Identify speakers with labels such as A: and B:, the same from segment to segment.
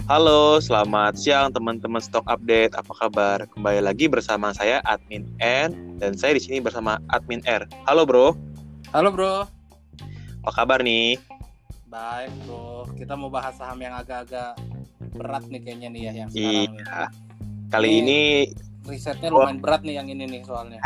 A: Halo, selamat siang teman-teman Stock Update. Apa kabar? Kembali lagi bersama saya Admin N dan saya di sini bersama Admin R. Halo bro,
B: Halo bro,
A: apa kabar nih?
B: baik bro. Kita mau bahas saham yang agak-agak berat nih kayaknya nih ya yang sekarang nih.
A: Iya, kali
B: Ini
A: ini
B: risetnya lumayan berat nih yang ini nih soalnya.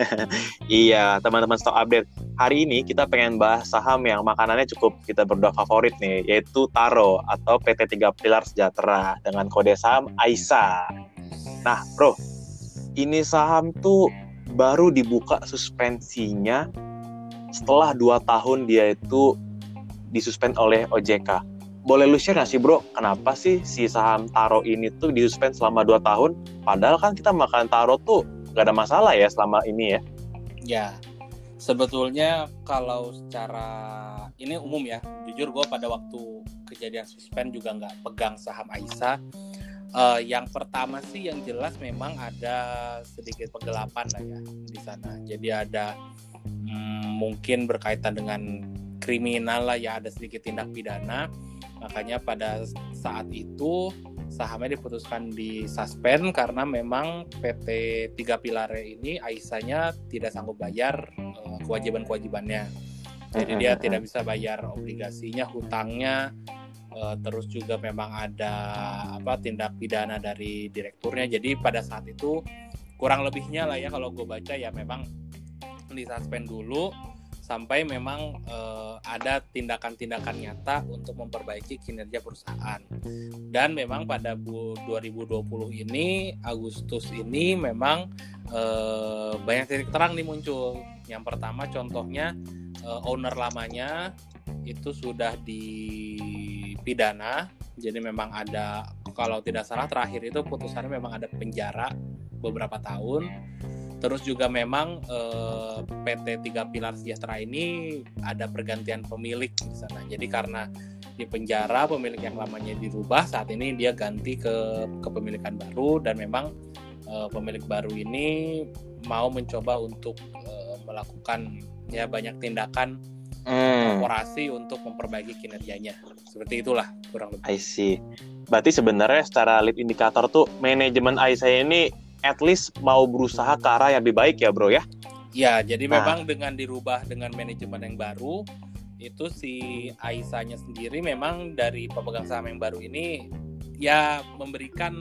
A: iya teman-teman Stock Update. Hari ini kita pengen bahas saham yang makanannya cukup kita berdua favorit nih, yaitu Taro atau PT Tiga Pilar Sejahtera dengan kode saham AISA. Nah bro, ini saham tuh baru dibuka suspensinya setelah 2 tahun dia itu disuspend oleh OJK. Boleh lu share nggak sih bro, kenapa sih si saham Taro ini tuh disuspend selama 2 tahun? Padahal kan kita makan Taro tuh nggak ada masalah ya selama ini ya.
B: Ya, sebetulnya kalau secara ini umum ya, jujur gue pada waktu kejadian suspend juga nggak pegang saham AISA. Yang pertama sih yang jelas memang ada sedikit penggelapan lah ya di sana. Jadi ada mungkin berkaitan dengan kriminal lah ya, ada sedikit tindak pidana. Makanya pada saat itu sahamnya diputuskan di suspend karena memang PT Tiga Pilar ini AISA-nya tidak sanggup bayar kewajiban-kewajibannya. Jadi dia tidak bisa bayar obligasinya, hutangnya. Terus juga memang ada tindak pidana dari direkturnya. Jadi pada saat itu kurang lebihnya lah ya kalau gue baca ya memang disuspend dulu sampai memang ada tindakan-tindakan nyata untuk memperbaiki kinerja perusahaan. Dan memang pada 2020 ini, Agustus ini memang banyak titik terang nih muncul. Yang pertama contohnya owner lamanya itu sudah dipidana. Jadi memang ada, kalau tidak salah terakhir itu putusannya memang ada penjara beberapa tahun. Terus juga memang PT Tiga Pilar Sejahtera ini ada pergantian pemilik di sana. Jadi karena di penjara pemilik yang lamanya dirubah, saat ini dia ganti ke kepemilikan baru dan memang pemilik baru ini mau mencoba untuk melakukan ya banyak tindakan korporasi untuk memperbaiki kinerjanya. Seperti itulah kurang lebih.
A: I see. Berarti sebenarnya secara lead indikator tuh manajemen AISA ini at least mau berusaha ke arah yang lebih baik ya bro ya?
B: Ya, jadi memang dengan dirubah dengan manajemen yang baru, itu si AISA-nya sendiri memang dari pemegang saham yang baru ini ya memberikan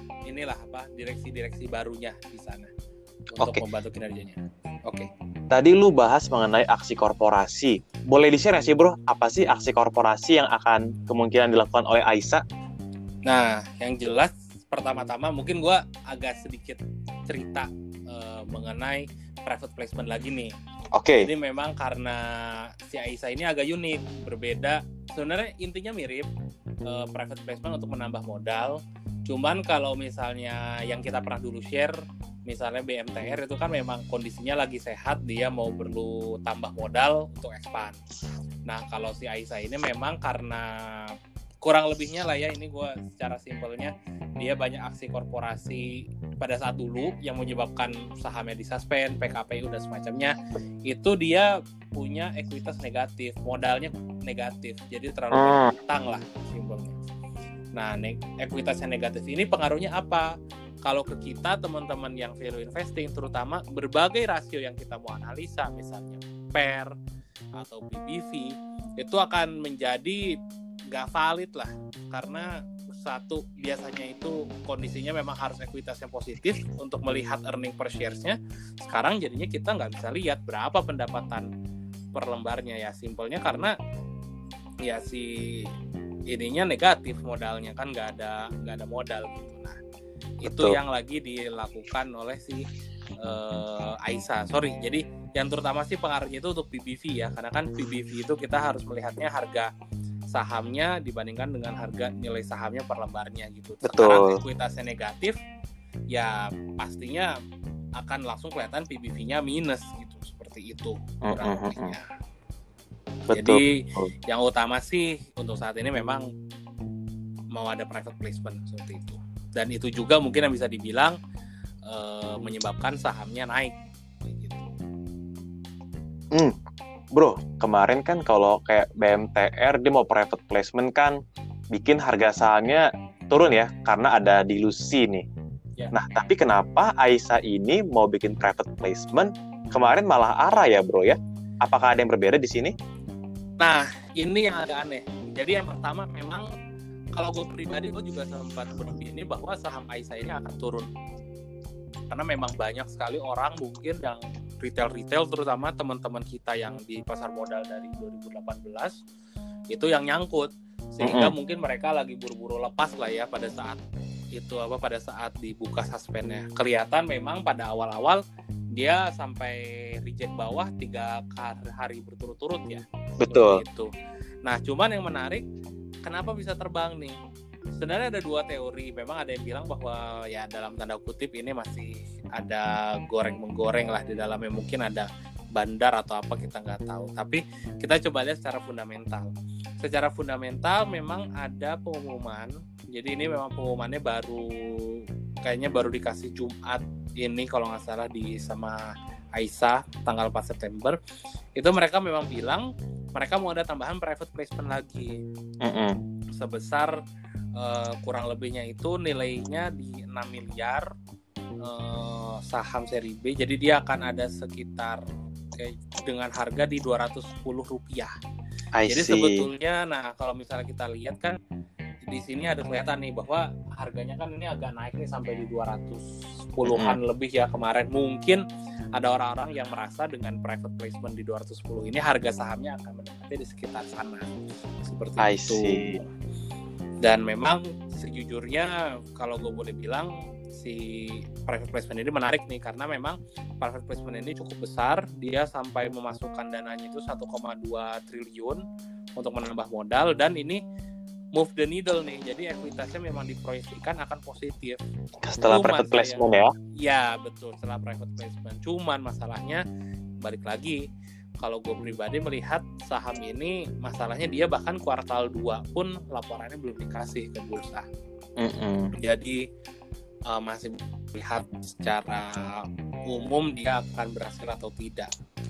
B: direksi-direksi barunya di sana untuk membantu kinerjanya. Oke.
A: Tadi lu bahas mengenai aksi korporasi. Boleh di-share nggak sih bro, apa sih aksi korporasi yang akan kemungkinan dilakukan oleh AISA?
B: Nah, yang jelas pertama-tama mungkin gue agak sedikit cerita mengenai private placement lagi nih.
A: Oke.
B: Jadi memang karena si AISA ini agak unik, berbeda. Sebenarnya intinya mirip private placement untuk menambah modal. Cuman kalau misalnya yang kita pernah dulu share, misalnya BMTR itu kan memang kondisinya lagi sehat, dia mau perlu tambah modal untuk expand. Nah kalau si AISA ini memang karena kurang lebihnya lah ya, ini gue secara simpelnya, dia banyak aksi korporasi pada saat dulu yang menyebabkan sahamnya disuspend, PKPU dan semacamnya. Itu dia punya ekuitas negatif, modalnya negatif, jadi terlalu utang lah simpelnya. Nah, ekuitasnya negatif ini pengaruhnya apa? Kalau ke kita teman-teman yang value investing, terutama berbagai rasio yang kita mau analisa, misalnya PER atau PBV, itu akan menjadi nggak valid lah, karena satu, biasanya itu kondisinya memang harus ekuitas yang positif untuk melihat earning per shares-nya. Sekarang jadinya kita nggak bisa lihat berapa pendapatan per lembarnya ya, simpelnya karena ya si ininya negatif, modalnya kan nggak ada modal gitu. Nah itu yang lagi dilakukan oleh si AISA. Jadi yang terutama sih pengaruhnya itu untuk PBV ya, karena kan PBV itu kita harus melihatnya harga sahamnya dibandingkan dengan harga nilai sahamnya per lembarnya gitu. Sekarang ekuitasnya negatif, ya pastinya akan langsung kelihatan PBV-nya minus gitu, seperti itu kurang lebihnya. Jadi yang utama sih untuk saat ini memang mau ada private placement seperti itu. Dan itu juga mungkin yang bisa dibilang menyebabkan sahamnya naik gitu.
A: Bro, kemarin kan kalau kayak BMTR dia mau private placement kan bikin harga sahamnya turun ya karena ada dilusi nih.
B: Ya.
A: Nah, tapi kenapa Aisa ini mau bikin private placement kemarin malah Ara ya, bro ya? Apakah ada yang berbeda di sini?
B: Nah, ini yang agak aneh. Jadi yang pertama memang kalau gue pribadi gue juga sempat beropini bahwa saham Aisa ini akan turun. Karena memang banyak sekali orang mungkin yang retail terutama teman-teman kita yang di pasar modal dari 2018 itu yang nyangkut. Sehingga mungkin mereka lagi buru-buru lepas lah ya pada saat itu pada saat dibuka suspendnya. Kelihatan memang pada awal-awal dia sampai reject bawah 3 hari berturut-turut ya.
A: Betul.
B: Itu. Nah, cuman yang menarik kenapa bisa terbang nih? Sebenarnya ada 2 teori. Memang ada yang bilang bahwa ya dalam tanda kutip ini masih ada goreng-menggoreng lah di dalamnya, mungkin ada bandar atau apa kita nggak tahu. Tapi kita coba lihat secara fundamental. Secara fundamental memang ada pengumuman. Jadi ini memang pengumumannya kayaknya baru dikasih Jumat ini kalau nggak salah sama Aisa tanggal 4 September. Itu mereka memang bilang mereka mau ada tambahan private placement lagi. Sebesar kurang lebihnya itu nilainya di 6 miliar saham seri B. Jadi dia akan ada sekitar dengan harga di Rp210. Jadi sebetulnya kalau misalnya kita lihat kan di sini ada kelihatan nih bahwa harganya kan ini agak naik nih sampai di 210-an lebih ya kemarin. Mungkin ada orang-orang yang merasa dengan private placement di 210 ini harga sahamnya akan mendekati di sekitar sana. Seperti itu. Dan memang sejujurnya kalau gue boleh bilang si private placement ini menarik nih karena memang private placement ini cukup besar. Dia sampai memasukkan dananya itu 1,2 triliun untuk menambah modal dan ini move the needle nih. Jadi ekuitasnya memang diproyeksikan akan positif.
A: Setelah private placement ya?
B: Ya, betul. Setelah private placement. Cuman masalahnya, balik lagi, kalau gue pribadi melihat saham ini, masalahnya dia bahkan kuartal 2 pun laporannya belum dikasih ke bursa. Jadi, masih melihat secara umum dia akan berhasil atau tidak.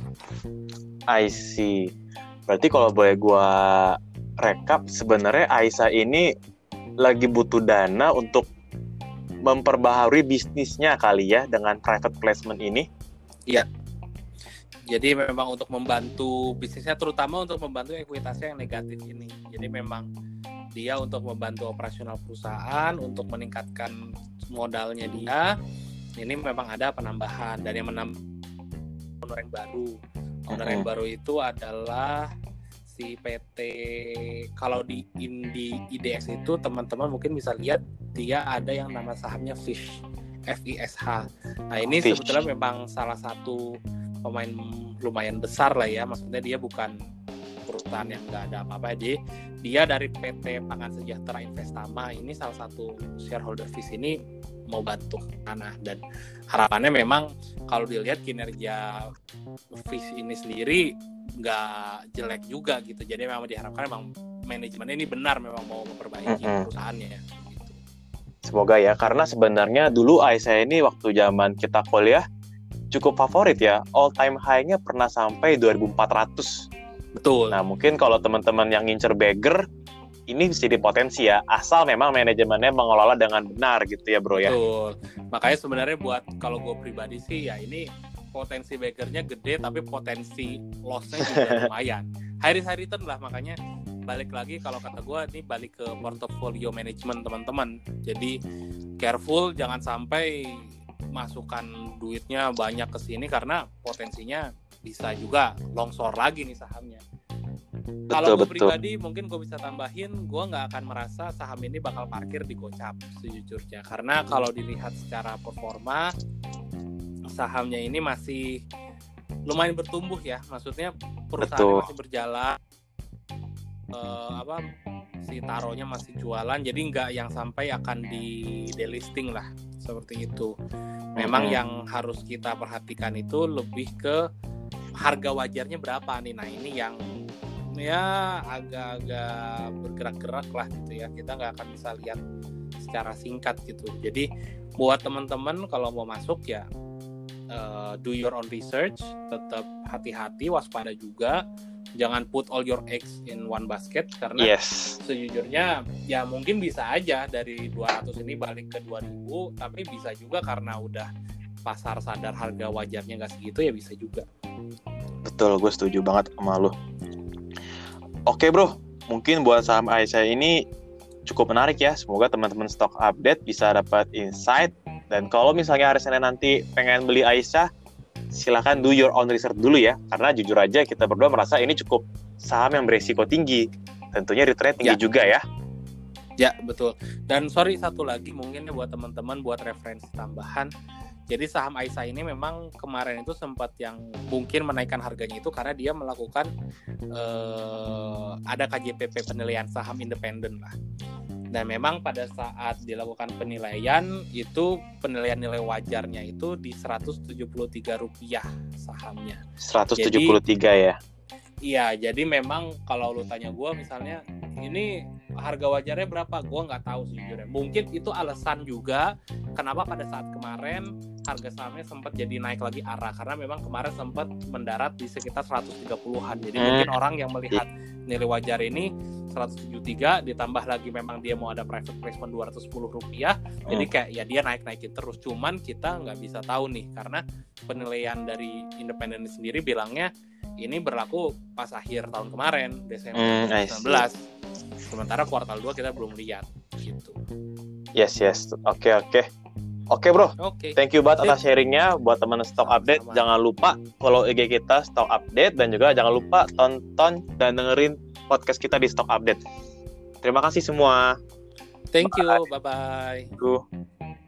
A: I see. Berarti kalau boleh gue rekap, sebenarnya Aisa ini lagi butuh dana untuk memperbaharui bisnisnya kali ya dengan private placement ini.
B: Iya. Jadi memang untuk membantu bisnisnya, terutama untuk membantu ekuitasnya yang negatif ini. Jadi memang dia untuk membantu operasional perusahaan, untuk meningkatkan modalnya dia. Ini memang ada penambahan dan yang owner yang baru. Owner yang baru itu adalah si PT, kalau di IDX itu teman-teman mungkin bisa lihat dia ada yang nama sahamnya Fish, FISH. Nah ini Fish sebetulnya memang salah satu pemain lumayan besar lah ya, maksudnya dia bukan perusahaan yang nggak ada apa-apa. Jadi dia dari PT Pangan Sejahtera Investama, ini salah satu shareholder Fish ini mau bantu tanah, dan harapannya memang kalau dilihat kinerja Fish ini sendiri nggak jelek juga gitu. Jadi memang diharapkan memang manajemen ini benar memang mau memperbaiki perusahaannya gitu.
A: Semoga ya, karena sebenarnya dulu Aisa ini waktu zaman kita kuliah cukup favorit ya. All time high-nya pernah sampai 2.400.
B: Betul.
A: Nah mungkin kalau teman-teman yang ngincer bagger, ini bisa jadi potensi ya, asal memang manajemennya mengelola dengan benar gitu ya bro ya.
B: Betul. Makanya sebenarnya buat kalau gue pribadi sih ya ini potensi baggernya gede tapi potensi loss-nya juga lumayan. High return lah, makanya balik lagi kalau kata gue ini balik ke portfolio management teman-teman. Jadi careful, jangan sampai masukkan duitnya banyak ke sini karena potensinya bisa juga longsor lagi nih sahamnya. Kalau gue pribadi mungkin gue bisa tambahin, gue nggak akan merasa saham ini bakal parkir di gocap sejujurnya, karena kalau dilihat secara performa sahamnya ini masih lumayan bertumbuh ya, maksudnya perusahaannya masih berjalan, si taronya masih jualan, jadi nggak yang sampai akan di delisting lah seperti itu. Memang yang harus kita perhatikan itu lebih ke harga wajarnya berapa nih. Nah ini yang ya agak-agak bergerak-gerak lah gitu ya, kita nggak akan bisa lihat secara singkat gitu. Jadi buat teman-teman kalau mau masuk ya do your own research, tetap hati-hati, waspada juga. Jangan put all your eggs in one basket, karena sejujurnya ya mungkin bisa aja dari 200 ini balik ke 2000, tapi bisa juga karena udah pasar sadar harga wajarnya nggak segitu, ya bisa juga.
A: Betul, gue setuju banget sama lu. Oke bro, mungkin buat saham Aisyah ini cukup menarik ya. Semoga teman-teman Stock Update bisa dapat insight. Dan kalau misalnya hari Senin nanti pengen beli Aisyah, silakan do your own research dulu ya. Karena jujur aja kita berdua merasa ini cukup saham yang beresiko tinggi. Tentunya return tinggi juga ya.
B: Ya, betul. Dan sorry, satu lagi mungkin ya buat teman-teman, buat referensi tambahan. Jadi saham Aisyah ini memang kemarin itu sempat yang mungkin menaikkan harganya itu karena dia melakukan ada KJPP, penilaian saham independen lah. Dan memang pada saat dilakukan penilaian itu penilaian nilai wajarnya itu di Rp173 sahamnya.
A: 173 ya?
B: Iya, jadi memang kalau lu tanya gue misalnya ini harga wajarnya berapa, gue nggak tahu sejujurnya. Mungkin itu alasan juga kenapa pada saat kemarin harga sahamnya sempat jadi naik lagi arah, karena memang kemarin sempat mendarat di sekitar 130-an. Jadi mungkin orang yang melihat nilai wajar ini 173 ditambah lagi memang dia mau ada private placement Rp210, jadi kayak ya dia naik-naikin terus. Cuman kita nggak bisa tahu nih karena penilaian dari independen sendiri bilangnya ini berlaku pas akhir tahun kemarin, Desember 2019. Sementara kuartal 2 kita belum lihat gitu.
A: Yes. Oke bro. Thank you banget atas sharingnya. Buat teman Stock Update, jangan lupa follow IG kita Stock Update, dan juga jangan lupa tonton dan dengerin podcast kita di Stock Update. Terima kasih semua.
B: Thank you. Bye-bye.